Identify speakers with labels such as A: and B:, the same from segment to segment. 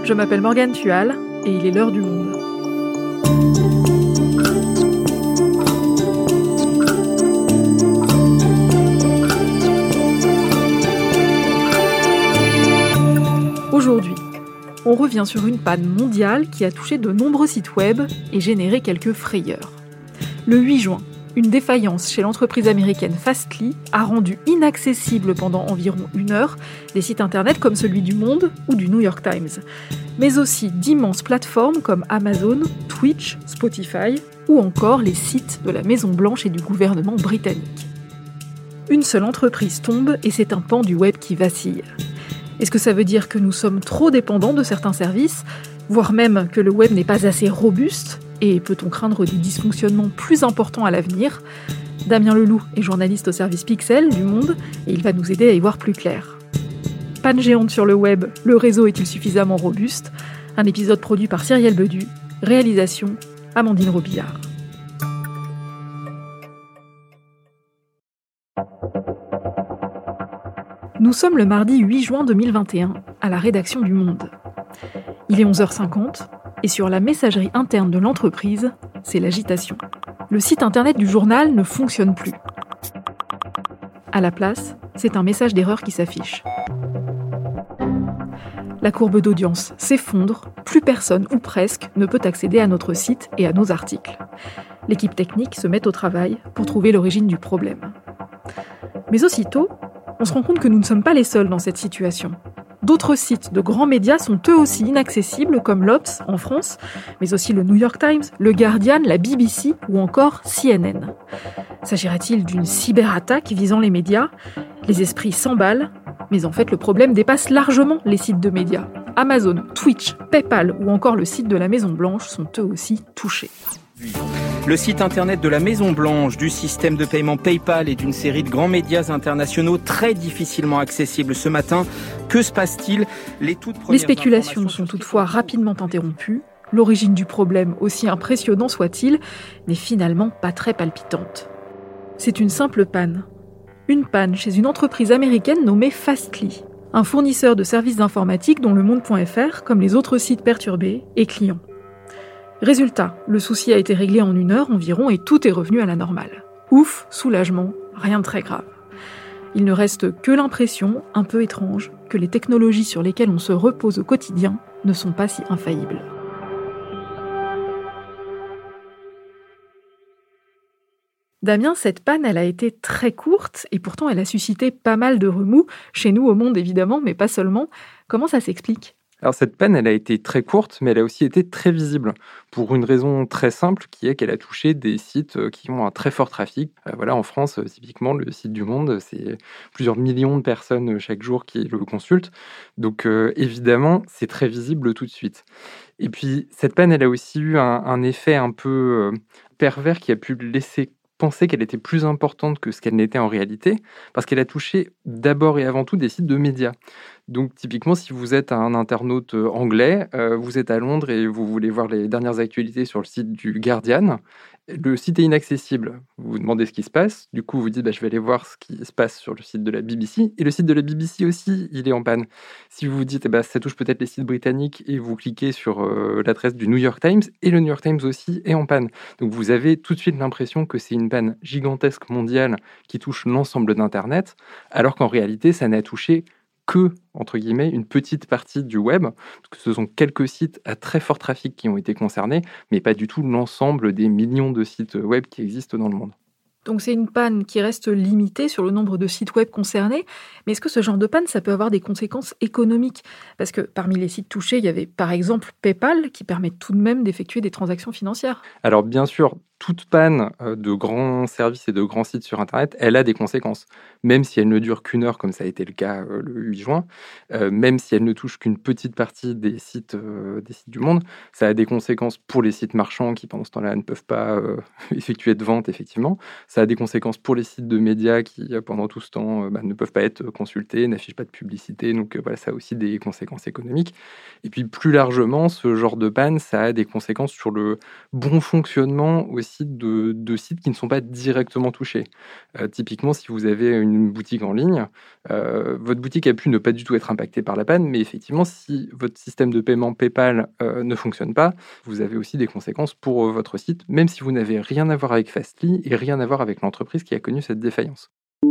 A: Je m'appelle Morgane Tual et il est l'heure du monde. Aujourd'hui, on revient sur une panne mondiale qui a touché de nombreux sites web et généré quelques frayeurs. Le 8 juin, une défaillance chez l'entreprise américaine Fastly a rendu inaccessibles pendant environ 1 heure des sites internet comme celui du Monde ou du New York Times, mais aussi d'immenses plateformes comme Amazon, Twitch, Spotify ou encore les sites de la Maison-Blanche et du gouvernement britannique. Une seule entreprise tombe et c'est un pan du web qui vacille. Est-ce que ça veut dire que nous sommes trop dépendants de certains services, voire même que le web n'est pas assez robuste ? Et peut-on craindre des dysfonctionnements plus importants à l'avenir ? Damien Leloup est journaliste au service Pixel du Monde et il va nous aider à y voir plus clair. Panne géante sur le web, le réseau est-il suffisamment robuste ? Un épisode produit par Cyrielle Bedu, réalisation Amandine Robillard. Nous sommes le mardi 8 juin 2021, à la rédaction du Monde. Il est 11h50, et sur la messagerie interne de l'entreprise, c'est l'agitation. Le site internet du journal ne fonctionne plus. À la place, c'est un message d'erreur qui s'affiche. La courbe d'audience s'effondre, plus personne ou presque ne peut accéder à notre site et à nos articles. L'équipe technique se met au travail pour trouver l'origine du problème. Mais aussitôt, on se rend compte que nous ne sommes pas les seuls dans cette situation. D'autres sites de grands médias sont eux aussi inaccessibles, comme l'Obs en France, mais aussi le New York Times, le Guardian, la BBC ou encore CNN. S'agira-t-il d'une cyberattaque visant les médias ? Les esprits s'emballent, mais en fait le problème dépasse largement les sites de médias. Amazon, Twitch, PayPal ou encore le site de la Maison-Blanche sont eux aussi touchés.
B: Le site internet de la Maison-Blanche, du système de paiement PayPal et d'une série de grands médias internationaux très difficilement accessibles ce matin. Que se passe-t-il ?
A: Les spéculations sont toutefois rapidement interrompues. L'origine du problème, aussi impressionnant soit-il, n'est finalement pas très palpitante. C'est une simple panne. Une panne chez une entreprise américaine nommée Fastly, un fournisseur de services informatiques dont le Monde.fr, comme les autres sites perturbés, est client. Résultat, le souci a été réglé en 1 heure environ et tout est revenu à la normale. Ouf, soulagement, rien de très grave. Il ne reste que l'impression, un peu étrange, que les technologies sur lesquelles on se repose au quotidien ne sont pas si infaillibles. Damien, cette panne, elle a été très courte et pourtant elle a suscité pas mal de remous, chez nous au Monde évidemment, mais pas seulement. Comment ça s'explique ?
C: Alors cette panne, elle a été très courte, mais elle a aussi été très visible, pour une raison très simple, qui est qu'elle a touché des sites qui ont un très fort trafic. En France, typiquement, le site du Monde, c'est plusieurs millions de personnes chaque jour qui le consultent. Donc évidemment, c'est très visible tout de suite. Et puis, cette panne, elle a aussi eu un effet un peu pervers qui a pu laisser penser qu'elle était plus importante que ce qu'elle n'était en réalité, parce qu'elle a touché d'abord et avant tout des sites de médias. Donc typiquement, si vous êtes un internaute anglais, vous êtes à Londres et vous voulez voir les dernières actualités sur le site du Guardian, le site est inaccessible. Vous vous demandez ce qui se passe, du coup vous dites je vais aller voir ce qui se passe sur le site de la BBC, et le site de la BBC aussi, il est en panne. Si vous vous dites ça touche peut-être les sites britanniques, et vous cliquez sur l'adresse du New York Times, et le New York Times aussi est en panne. Donc vous avez tout de suite l'impression que c'est une panne gigantesque mondiale qui touche l'ensemble d'Internet, alors qu'en réalité ça n'a touché que, entre guillemets, une petite partie du web, parce que ce sont quelques sites à très fort trafic qui ont été concernés, mais pas du tout l'ensemble des millions de sites web qui existent dans le monde.
A: Donc c'est une panne qui reste limitée sur le nombre de sites web concernés, mais est-ce que ce genre de panne, ça peut avoir des conséquences économiques ? Parce que parmi les sites touchés, il y avait par exemple PayPal, qui permet tout de même d'effectuer des transactions financières.
C: Alors bien sûr, toute panne de grands services et de grands sites sur Internet, elle a des conséquences. Même si elle ne dure qu'une heure, comme ça a été le cas le 8 juin, même si elle ne touche qu'une petite partie des sites du monde, ça a des conséquences pour les sites marchands qui, pendant ce temps-là, ne peuvent pas effectuer de vente, effectivement. Ça a des conséquences pour les sites de médias qui, pendant tout ce temps, ne peuvent pas être consultés, n'affichent pas de publicité. Donc ça a aussi des conséquences économiques. Et puis plus largement, ce genre de panne, ça a des conséquences sur le bon fonctionnement aussi aussi de sites qui ne sont pas directement touchés. Typiquement, si vous avez une boutique en ligne, votre boutique a pu ne pas du tout être impactée par la panne, mais effectivement, si votre système de paiement PayPal ne fonctionne pas, vous avez aussi des conséquences pour votre site, même si vous n'avez rien à voir avec Fastly et rien à voir avec l'entreprise qui a connu cette défaillance.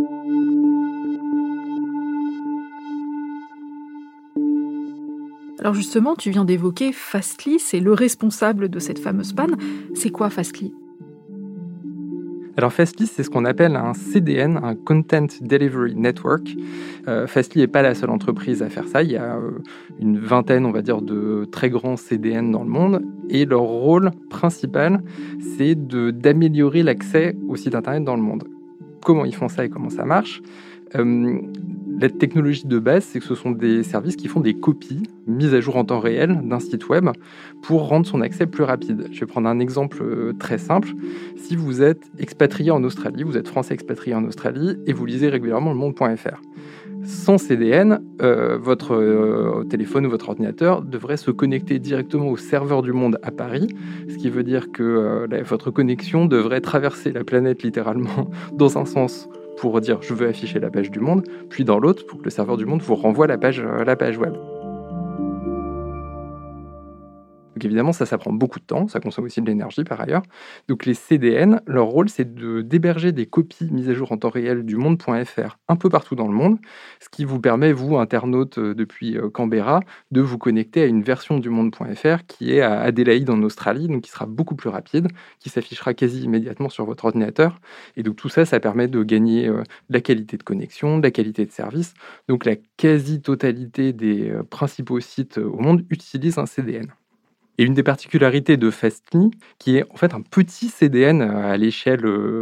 A: Alors justement, tu viens d'évoquer Fastly, c'est le responsable de cette fameuse panne. C'est quoi Fastly ?
C: Alors Fastly, c'est ce qu'on appelle un CDN, un Content Delivery Network. Fastly n'est pas la seule entreprise à faire ça. Il y a une vingtaine, on va dire, de très grands CDN dans le monde. Et leur rôle principal, c'est d'améliorer l'accès aux sites Internet dans le monde. Comment ils font ça et comment ça marche ? La technologie de base, c'est que ce sont des services qui font des copies mises à jour en temps réel d'un site web pour rendre son accès plus rapide. Je vais prendre un exemple très simple. Si vous êtes expatrié en Australie, vous êtes français expatrié en Australie et vous lisez régulièrement le monde.fr. Sans CDN, votre téléphone ou votre ordinateur devrait se connecter directement au serveur du Monde à Paris, ce qui veut dire que votre connexion devrait traverser la planète littéralement dans un sens pour dire je veux afficher la page du Monde, puis dans l'autre pour que le serveur du Monde vous renvoie la page web. Donc évidemment, ça prend beaucoup de temps, ça consomme aussi de l'énergie par ailleurs. Donc les CDN, leur rôle, c'est d'héberger des copies mises à jour en temps réel du monde.fr un peu partout dans le monde, ce qui vous permet, vous, internaute depuis Canberra, de vous connecter à une version du monde.fr qui est à Adélaïde en Australie, donc qui sera beaucoup plus rapide, qui s'affichera quasi immédiatement sur votre ordinateur. Et donc tout ça, ça permet de gagner de la qualité de connexion, de la qualité de service. Donc la quasi-totalité des principaux sites au monde utilisent un CDN. Et une des particularités de Fastly, qui est en fait un petit CDN à l'échelle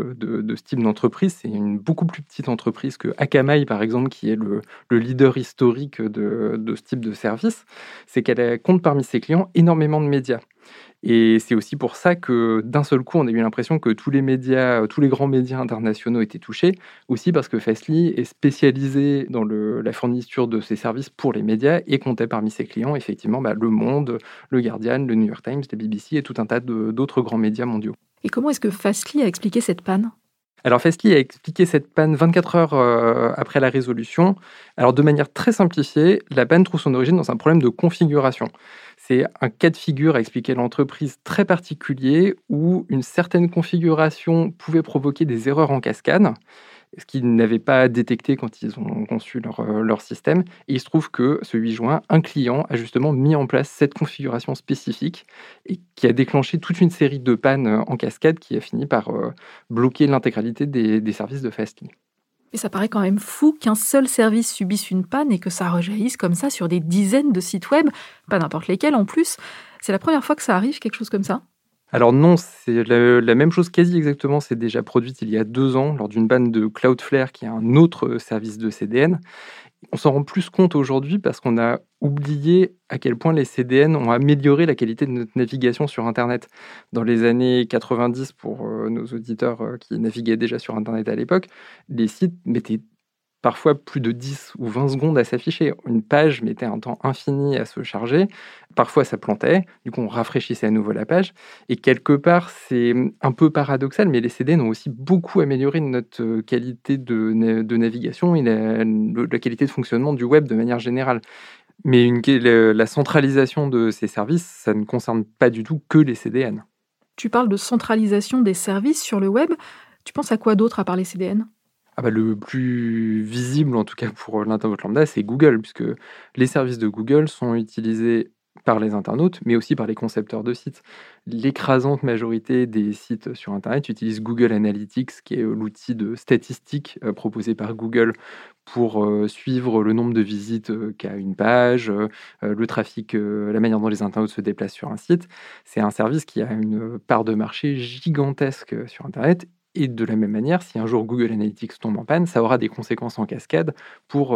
C: de ce type d'entreprise, c'est une beaucoup plus petite entreprise que Akamai, par exemple, qui est le leader historique de ce type de service, c'est qu'elle compte parmi ses clients énormément de médias. Et c'est aussi pour ça que d'un seul coup, on a eu l'impression que tous les grands médias internationaux étaient touchés, aussi parce que Fastly est spécialisé dans la fourniture de ses services pour les médias et comptait parmi ses clients, effectivement, Le Monde, le Guardian, le New York Times, la BBC et tout un tas d'autres grands médias mondiaux.
A: Et comment est-ce que Fastly a expliqué cette panne ?
C: Alors Fastly a expliqué cette panne 24 heures après la résolution. Alors de manière très simplifiée, la panne trouve son origine dans un problème de configuration. C'est un cas de figure à expliquer l'entreprise très particulier où une certaine configuration pouvait provoquer des erreurs en cascade, ce qu'ils n'avaient pas détecté quand ils ont conçu leur système. Et il se trouve que ce 8 juin, un client a justement mis en place cette configuration spécifique et qui a déclenché toute une série de pannes en cascade qui a fini par bloquer l'intégralité des services de Fastly.
A: Et ça paraît quand même fou qu'un seul service subisse une panne et que ça rejaillisse comme ça sur des dizaines de sites web, pas n'importe lesquels en plus. C'est la première fois que ça arrive, quelque chose comme ça ?
C: Alors non, c'est la même chose quasi exactement, c'est déjà produite il y a 2 ans lors d'une panne de Cloudflare qui est un autre service de CDN. On s'en rend plus compte aujourd'hui parce qu'on a oublié à quel point les CDN ont amélioré la qualité de notre navigation sur Internet. Dans les années 90, pour nos auditeurs qui naviguaient déjà sur Internet à l'époque, les sites mettaient parfois plus de 10 ou 20 secondes à s'afficher. Une page mettait un temps infini à se charger. Parfois, ça plantait. Du coup, on rafraîchissait à nouveau la page. Et quelque part, c'est un peu paradoxal, mais les CDN ont aussi beaucoup amélioré notre qualité de navigation et la qualité de fonctionnement du web de manière générale. Mais la centralisation de ces services, ça ne concerne pas du tout que les CDN.
A: Tu parles de centralisation des services sur le web. Tu penses à quoi d'autre à part les CDN ?
C: Le plus visible, en tout cas pour l'internaute lambda, c'est Google, puisque les services de Google sont utilisés par les internautes, mais aussi par les concepteurs de sites. L'écrasante majorité des sites sur Internet utilisent Google Analytics, qui est l'outil de statistique proposé par Google pour suivre le nombre de visites qu'a une page, le trafic, la manière dont les internautes se déplacent sur un site. C'est un service qui a une part de marché gigantesque sur Internet. Et de la même manière, si un jour Google Analytics tombe en panne, ça aura des conséquences en cascade pour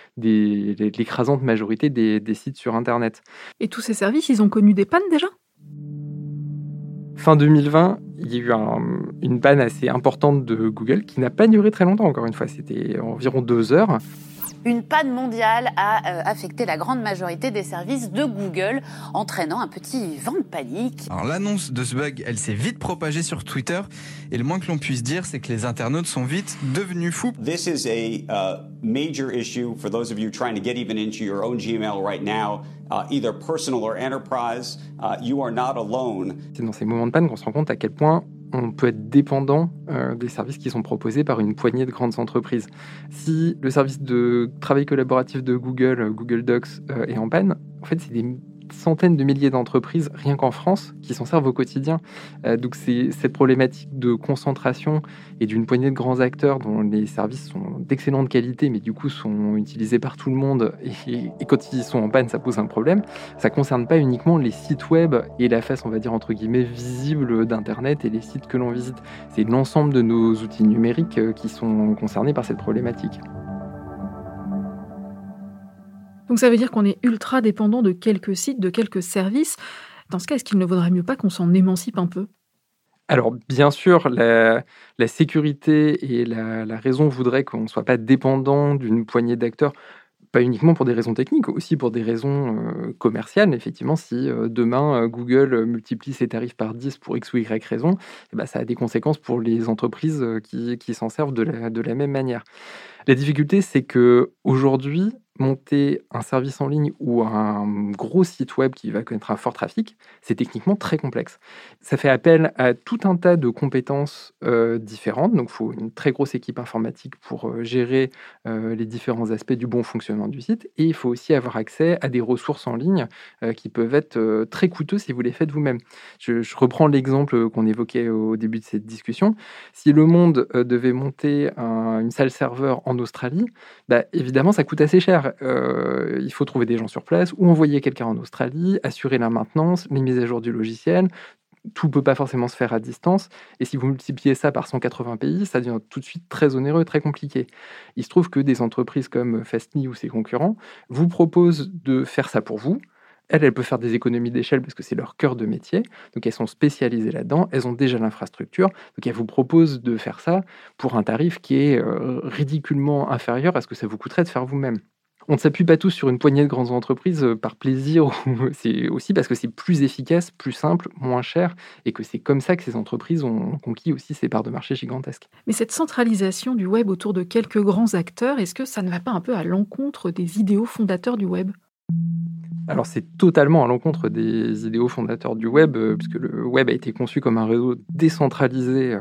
C: l'écrasante majorité des sites sur Internet.
A: Et tous ces services, ils ont connu des pannes déjà ?
C: Fin 2020, il y a eu une panne assez importante de Google qui n'a pas duré très longtemps, encore une fois. C'était environ 2 heures.
D: Une panne mondiale a affecté la grande majorité des services de Google, entraînant un petit vent de panique.
E: Alors l'annonce de ce bug, elle s'est vite propagée sur Twitter et le moins que l'on puisse dire, c'est que les internautes sont vite devenus fous.
F: This is a major issue for those of you trying to get even into your own Gmail right now, either personal or enterprise. You are not alone.
C: C'est dans ces moments de panne qu'on se rend compte à quel point on peut être dépendant des services qui sont proposés par une poignée de grandes entreprises. Si le service de travail collaboratif de Google, Google Docs, est en panne, en fait, c'est des centaines de milliers d'entreprises, rien qu'en France, qui s'en servent au quotidien. Donc c'est cette problématique de concentration et d'une poignée de grands acteurs dont les services sont d'excellente qualité, mais du coup sont utilisés par tout le monde, et quand ils sont en panne, ça pose un problème. Ça ne concerne pas uniquement les sites web et la face, on va dire, entre guillemets, visible d'Internet et les sites que l'on visite. C'est l'ensemble de nos outils numériques qui sont concernés par cette problématique.
A: Donc ça veut dire qu'on est ultra dépendant de quelques sites, de quelques services. Dans ce cas, est-ce qu'il ne vaudrait mieux pas qu'on s'en émancipe un peu ?
C: Alors, bien sûr, la sécurité et la raison voudraient qu'on ne soit pas dépendant d'une poignée d'acteurs, pas uniquement pour des raisons techniques, aussi pour des raisons commerciales. Effectivement, si demain, Google multiplie ses tarifs par 10 pour X ou Y raison, ça a des conséquences pour les entreprises qui s'en servent de la même manière. La difficulté, c'est qu'aujourd'hui, monter un service en ligne ou un gros site web qui va connaître un fort trafic, c'est techniquement très complexe. Ça fait appel à tout un tas de compétences différentes. Donc, il faut une très grosse équipe informatique pour gérer les différents aspects du bon fonctionnement du site. Et il faut aussi avoir accès à des ressources en ligne qui peuvent être très coûteuses si vous les faites vous-même. Je reprends l'exemple qu'on évoquait au début de cette discussion. Si Le Monde devait monter une salle serveur en Australie, évidemment, ça coûte assez cher. Il faut trouver des gens sur place ou envoyer quelqu'un en Australie, assurer la maintenance, les mises à jour du logiciel. Tout ne peut pas forcément se faire à distance. Et si vous multipliez ça par 180 pays, ça devient tout de suite très onéreux, très compliqué. Il se trouve que des entreprises comme Fastly ou ses concurrents vous proposent de faire ça pour vous. Elles peuvent faire des économies d'échelle parce que c'est leur cœur de métier. Donc, elles sont spécialisées là-dedans. Elles ont déjà l'infrastructure. Donc, elles vous proposent de faire ça pour un tarif qui est ridiculement inférieur à ce que ça vous coûterait de faire vous-même. On ne s'appuie pas tous sur une poignée de grandes entreprises par plaisir. C'est aussi parce que c'est plus efficace, plus simple, moins cher, et que c'est comme ça que ces entreprises ont conquis aussi ces parts de marché gigantesques.
A: Mais cette centralisation du web autour de quelques grands acteurs, est-ce que ça ne va pas un peu à l'encontre des idéaux fondateurs du web ?
C: Alors c'est totalement à l'encontre des idéaux fondateurs du web, puisque le web a été conçu comme un réseau décentralisé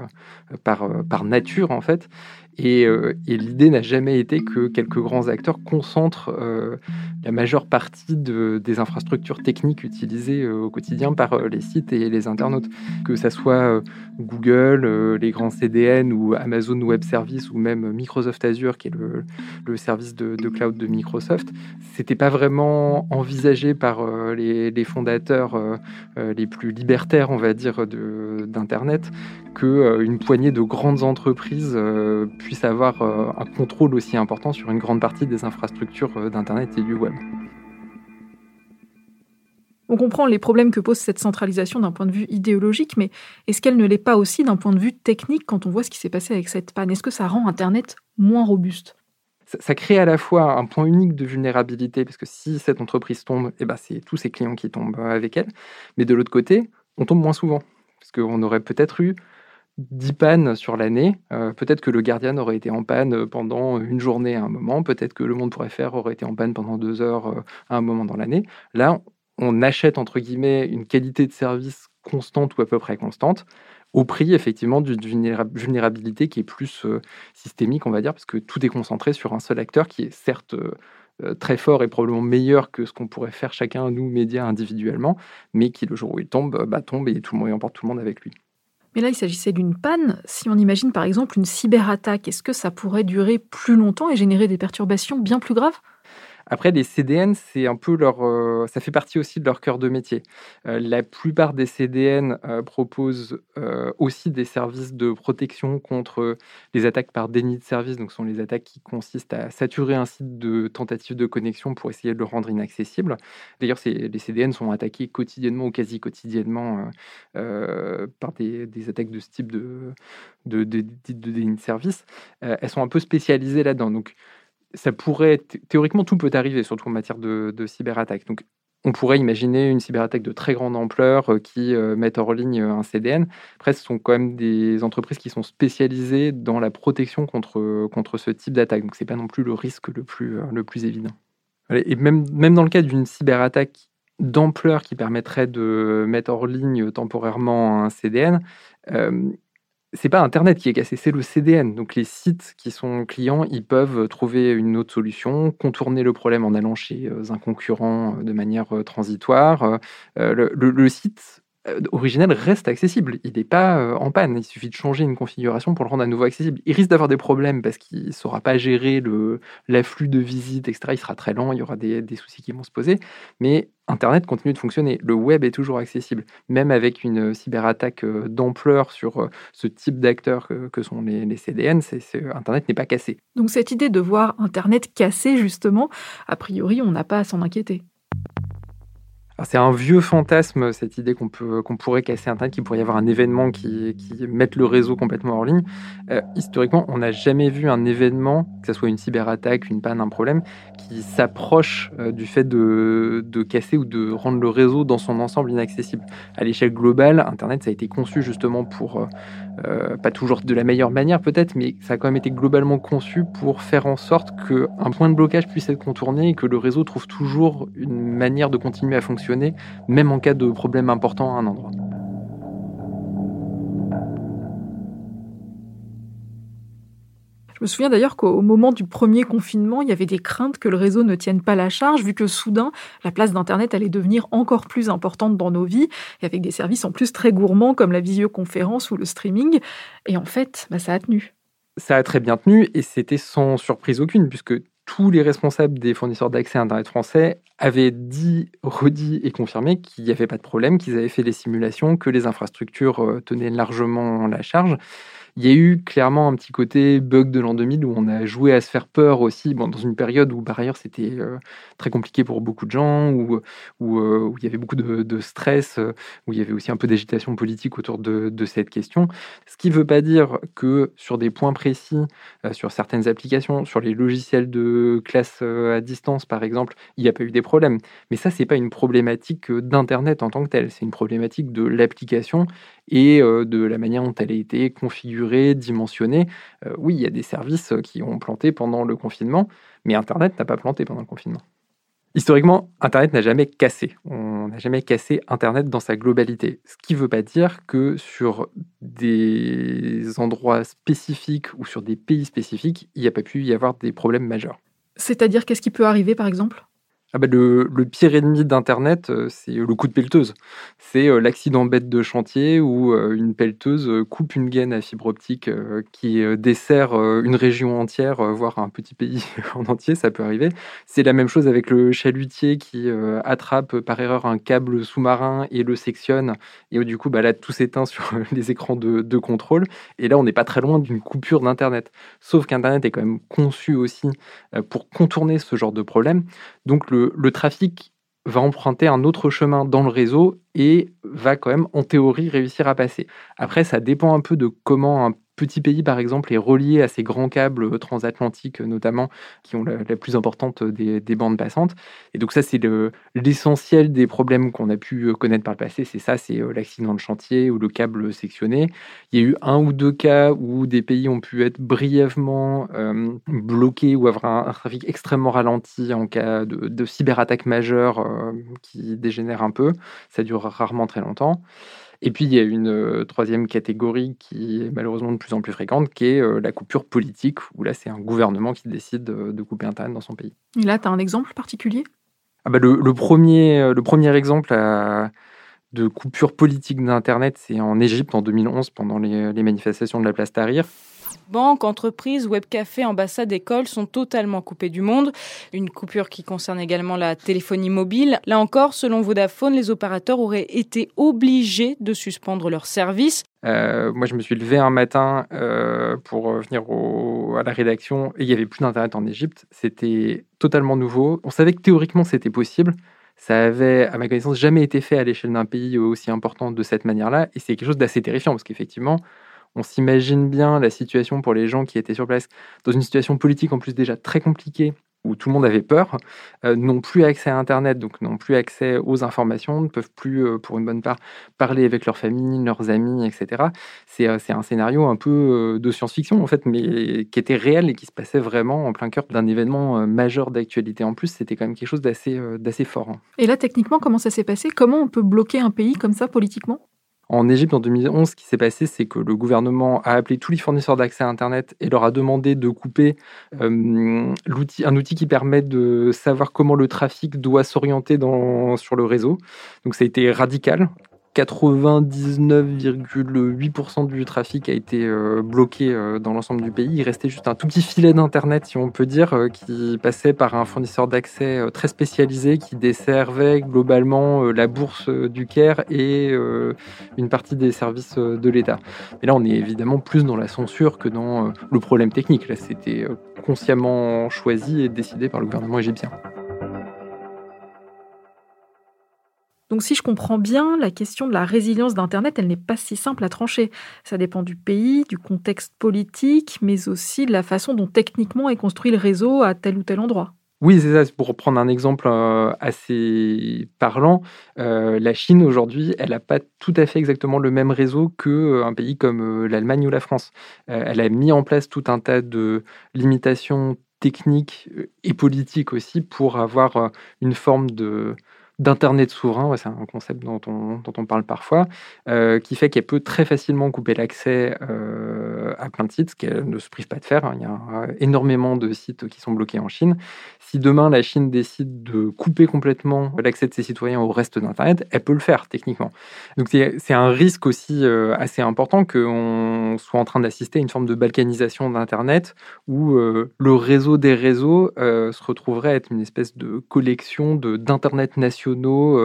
C: par nature en fait, et l'idée n'a jamais été que quelques grands acteurs concentrent la majeure partie des infrastructures techniques utilisées au quotidien par les sites et les internautes. Que ça soit Google, les grands CDN ou Amazon Web Services ou même Microsoft Azure, qui est le service de cloud de Microsoft, c'était pas vraiment envisagé par les fondateurs les plus libertaires, on va dire, d'Internet, qu'une poignée de grandes entreprises puisse avoir un contrôle aussi important sur une grande partie des infrastructures d'Internet et du web.
A: On comprend les problèmes que pose cette centralisation d'un point de vue idéologique, mais est-ce qu'elle ne l'est pas aussi d'un point de vue technique quand on voit ce qui s'est passé avec cette panne ? Est-ce que ça rend Internet moins robuste ?
C: Ça crée à la fois un point unique de vulnérabilité, parce que si cette entreprise tombe, c'est tous ses clients qui tombent avec elle. Mais de l'autre côté, on tombe moins souvent, parce qu'on aurait peut-être eu 10 pannes sur l'année. Peut-être que le Guardian aurait été en panne pendant une journée à un moment. Peut-être que le Monde.fr aurait été en panne pendant 2 heures à un moment dans l'année. Là, on achète, entre guillemets, une qualité de service constante ou à peu près constante, au prix, effectivement, d'une vulnérabilité qui est plus systémique, on va dire, parce que tout est concentré sur un seul acteur qui est certes très fort et probablement meilleur que ce qu'on pourrait faire chacun, nous, médias, individuellement, mais qui, le jour où il tombe, tombe et tout le monde et emporte tout le monde avec lui.
A: Mais là, il s'agissait d'une panne. Si on imagine, par exemple, une cyberattaque, est-ce que ça pourrait durer plus longtemps et générer des perturbations bien plus graves ?
C: Après, les CDN, c'est un peu ça fait partie aussi de leur cœur de métier. La plupart des CDN proposent aussi des services de protection contre les attaques par déni de service. Donc, ce sont les attaques qui consistent à saturer un site de tentatives de connexion pour essayer de le rendre inaccessible. D'ailleurs, les CDN sont attaqués quotidiennement ou quasi quotidiennement par des attaques de ce type de déni de service. Elles sont un peu spécialisées là-dedans. Donc, ça pourrait, théoriquement, tout peut arriver, surtout en matière de cyberattaque. Donc, on pourrait imaginer une cyberattaque de très grande ampleur qui mette hors ligne un CDN. Après, ce sont quand même des entreprises qui sont spécialisées dans la protection contre ce type d'attaque. Donc, ce n'est pas non plus le risque le plus évident. Et même dans le cas d'une cyberattaque d'ampleur qui permettrait de mettre hors ligne temporairement un CDN, c'est pas Internet qui est cassé, c'est le CDN. Donc les sites qui sont clients, ils peuvent trouver une autre solution, contourner le problème en allant chez un concurrent de manière transitoire. Le site originel reste accessible, il n'est pas en panne, il suffit de changer une configuration pour le rendre à nouveau accessible. Il risque d'avoir des problèmes parce qu'il ne saura pas gérer l'afflux de visites, etc. Il sera très lent, il y aura des soucis qui vont se poser, mais Internet continue de fonctionner, le web est toujours accessible, même avec une cyberattaque d'ampleur sur ce type d'acteurs que sont les CDN, Internet n'est pas cassé.
A: Donc cette idée de voir Internet cassé, justement, a priori, on n'a pas à s'en inquiéter.
C: Alors c'est un vieux fantasme, cette idée qu'on pourrait casser Internet, qu'il pourrait y avoir un événement qui mette le réseau complètement hors ligne. Historiquement, on n'a jamais vu un événement, que ce soit une cyberattaque, une panne, un problème, qui s'approche du fait de casser ou de rendre le réseau dans son ensemble inaccessible. À l'échelle globale, Internet, ça a été conçu justement pour, pas toujours de la meilleure manière peut-être, mais ça a quand même été globalement conçu pour faire en sorte qu'un point de blocage puisse être contourné et que le réseau trouve toujours une manière de continuer à fonctionner, même en cas de problème important à un endroit.
A: Je me souviens d'ailleurs qu'au moment du premier confinement, il y avait des craintes que le réseau ne tienne pas la charge, vu que soudain, la place d'Internet allait devenir encore plus importante dans nos vies, et avec des services en plus très gourmands comme la visioconférence ou le streaming. Et en fait, ça a tenu.
C: Ça a très bien tenu, et c'était sans surprise aucune, puisque tous les responsables des fournisseurs d'accès à Internet français avaient dit, redit et confirmé qu'il n'y avait pas de problème, qu'ils avaient fait des simulations, que les infrastructures tenaient largement la charge. Il y a eu clairement un petit côté bug de l'an 2000 où on a joué à se faire peur aussi, dans une période où par ailleurs c'était très compliqué pour beaucoup de gens, où il y avait beaucoup de stress, où il y avait aussi un peu d'agitation politique autour de cette question. Ce qui ne veut pas dire que sur des points précis, sur certaines applications, sur les logiciels de classe à distance par exemple, il n'y a pas eu des problèmes. Mais ça, c'est pas une problématique d'Internet en tant que telle, c'est une problématique de l'application et de la manière dont elle a été configurée, dimensionnée. Oui, il y a des services qui ont planté pendant le confinement, mais Internet n'a pas planté pendant le confinement. Historiquement, Internet n'a jamais cassé. On n'a jamais cassé Internet dans sa globalité. Ce qui ne veut pas dire que sur des endroits spécifiques ou sur des pays spécifiques, il n'y a pas pu y avoir des problèmes majeurs.
A: C'est-à-dire, qu'est-ce qui peut arriver, par exemple ?
C: Le pire ennemi d'Internet, c'est le coup de pelleteuse. C'est l'accident bête de chantier où une pelleteuse coupe une gaine à fibre optique qui dessert une région entière, voire un petit pays en entier, ça peut arriver. C'est la même chose avec le chalutier qui attrape par erreur un câble sous-marin et le sectionne, et où du coup là, tout s'éteint sur les écrans de contrôle. Et là, on n'est pas très loin d'une coupure d'Internet. Sauf qu'Internet est quand même conçu aussi pour contourner ce genre de problème. Donc le trafic va emprunter un autre chemin dans le réseau et va quand même, en théorie, réussir à passer. Après, ça dépend un peu de comment un petit pays, par exemple, est relié à ces grands câbles transatlantiques, notamment, qui ont la plus importante des bandes passantes. Et donc ça, c'est l'essentiel des problèmes qu'on a pu connaître par le passé. C'est ça, c'est l'accident de chantier ou le câble sectionné. Il y a eu 1 ou 2 cas où des pays ont pu être brièvement bloqués ou avoir un trafic extrêmement ralenti en cas de cyberattaque majeure qui dégénère un peu. Ça dure rarement très longtemps. Et puis, il y a une troisième catégorie qui est malheureusement de plus en plus fréquente, qui est la coupure politique, où là, c'est un gouvernement qui décide de couper Internet dans son pays.
A: Et là, tu as un exemple particulier ?
C: Le premier exemple de coupure politique d'Internet, c'est en Égypte en 2011, pendant les manifestations de la place Tahrir.
G: Banques, entreprises, webcafés, ambassades, écoles sont totalement coupées du monde. Une coupure qui concerne également la téléphonie mobile. Là encore, selon Vodafone, les opérateurs auraient été obligés de suspendre leurs services.
C: Moi, je me suis levé un matin pour venir à la rédaction et il n'y avait plus d'Internet en Égypte. C'était totalement nouveau. On savait que théoriquement, c'était possible. Ça avait, à ma connaissance, jamais été fait à l'échelle d'un pays aussi important de cette manière-là. Et c'est quelque chose d'assez terrifiant parce qu'effectivement, On s'imagine bien la situation pour les gens qui étaient sur place, dans une situation politique en plus déjà très compliquée, où tout le monde avait peur, n'ont plus accès à Internet, donc n'ont plus accès aux informations, ne peuvent plus, pour une bonne part, parler avec leur famille, leurs amis, etc. C'est un scénario un peu de science-fiction, en fait, mais qui était réel et qui se passait vraiment en plein cœur d'un événement majeur d'actualité. En plus, c'était quand même quelque chose d'assez fort. Hein.
A: Et là, techniquement, comment ça s'est passé ? Comment on peut bloquer un pays comme ça politiquement ?
C: En Égypte, en 2011, ce qui s'est passé, c'est que le gouvernement a appelé tous les fournisseurs d'accès à Internet et leur a demandé de couper un outil qui permet de savoir comment le trafic doit s'orienter sur le réseau. Donc ça a été radical. 99,8% du trafic a été bloqué dans l'ensemble du pays. Il restait juste un tout petit filet d'Internet, si on peut dire, qui passait par un fournisseur d'accès très spécialisé qui desservait globalement la bourse du Caire et une partie des services de l'État. Mais là, on est évidemment plus dans la censure que dans le problème technique. Là, c'était consciemment choisi et décidé par le gouvernement égyptien.
A: Donc si je comprends bien, la question de la résilience d'Internet, elle n'est pas si simple à trancher. Ça dépend du pays, du contexte politique, mais aussi de la façon dont techniquement est construit le réseau à tel ou tel endroit.
C: Oui, c'est ça. Pour prendre un exemple assez parlant, la Chine aujourd'hui, elle n'a pas tout à fait exactement le même réseau qu'un pays comme l'Allemagne ou la France. Elle a mis en place tout un tas de limitations techniques et politiques aussi pour avoir une forme d'Internet souverain, c'est un concept dont on parle parfois, qui fait qu'elle peut très facilement couper l'accès à plein de sites, ce qu'elle ne se prive pas de faire. Hein. Il y a énormément de sites qui sont bloqués en Chine. Si demain la Chine décide de couper complètement l'accès de ses citoyens au reste d'Internet, elle peut le faire techniquement. Donc c'est un risque aussi assez important qu'on soit en train d'assister à une forme de balkanisation d'Internet où le réseau des réseaux se retrouverait à être une espèce de collection d'Internet nationaux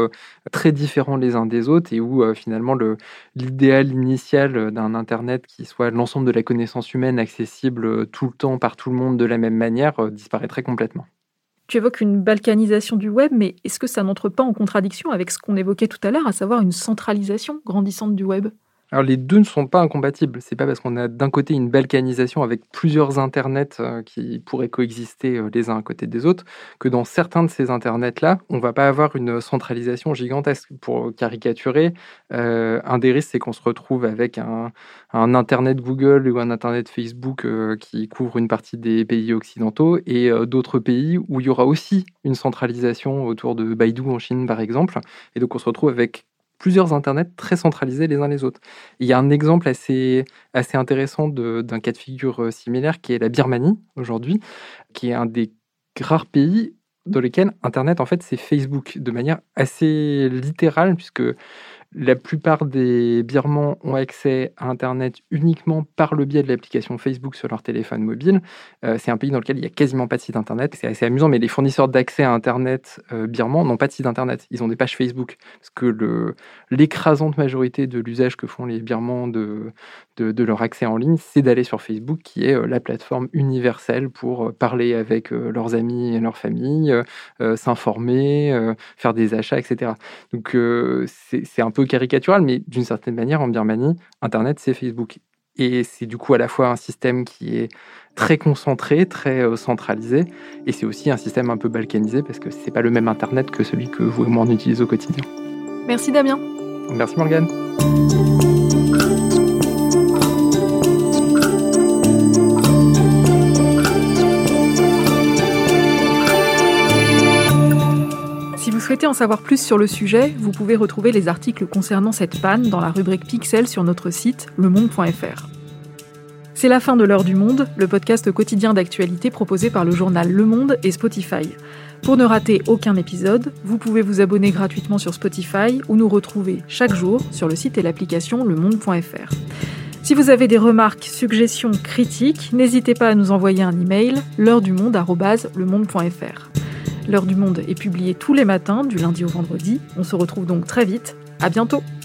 C: très différents les uns des autres et où finalement l'idéal initial d'un Internet qui soit l'ensemble de la connaissance humaine accessible tout le temps par tout le monde de la même manière disparaîtrait complètement.
A: Tu évoques une balkanisation du web, mais est-ce que ça n'entre pas en contradiction avec ce qu'on évoquait tout à l'heure, à savoir une centralisation grandissante du web ?
C: Alors les deux ne sont pas incompatibles. C'est pas parce qu'on a d'un côté une balkanisation avec plusieurs internets qui pourraient coexister les uns à côté des autres que dans certains de ces internets-là, on va pas avoir une centralisation gigantesque. Pour caricaturer, un des risques, c'est qu'on se retrouve avec un internet Google ou un internet Facebook qui couvre une partie des pays occidentaux et d'autres pays où il y aura aussi une centralisation autour de Baidu en Chine par exemple. Et donc on se retrouve avec plusieurs internets très centralisés les uns les autres. Il y a un exemple assez intéressant d'un cas de figure similaire qui est la Birmanie aujourd'hui, qui est un des rares pays dans lesquels Internet, en fait, c'est Facebook, de manière assez littérale, puisque la plupart des Birmans ont accès à Internet uniquement par le biais de l'application Facebook sur leur téléphone mobile. C'est un pays dans lequel il n'y a quasiment pas de site Internet. C'est assez amusant, mais les fournisseurs d'accès à Internet birmans n'ont pas de site Internet. Ils ont des pages Facebook. Parce que l'écrasante majorité de l'usage que font les Birmans de leur accès en ligne, c'est d'aller sur Facebook, qui est la plateforme universelle pour parler avec leurs amis et leur famille, s'informer, faire des achats, etc. Donc c'est un peu caricatural, mais d'une certaine manière, en Birmanie, Internet, c'est Facebook. Et c'est du coup à la fois un système qui est très concentré, très centralisé, et c'est aussi un système un peu balkanisé, parce que c'est pas le même Internet que celui que vous et moi on utilise au quotidien.
A: Merci Damien.
C: Merci Morgane.
A: Si vous souhaitez en savoir plus sur le sujet, vous pouvez retrouver les articles concernant cette panne dans la rubrique Pixel sur notre site lemonde.fr. C'est la fin de l'heure du monde, le podcast quotidien d'actualité proposé par le journal Le Monde et Spotify. Pour ne rater aucun épisode, vous pouvez vous abonner gratuitement sur Spotify ou nous retrouver chaque jour sur le site et l'application lemonde.fr. Si vous avez des remarques, suggestions, critiques, n'hésitez pas à nous envoyer un email l'heuredumonde@lemonde.fr. L'heure du monde est publiée tous les matins, du lundi au vendredi. On se retrouve donc très vite. À bientôt!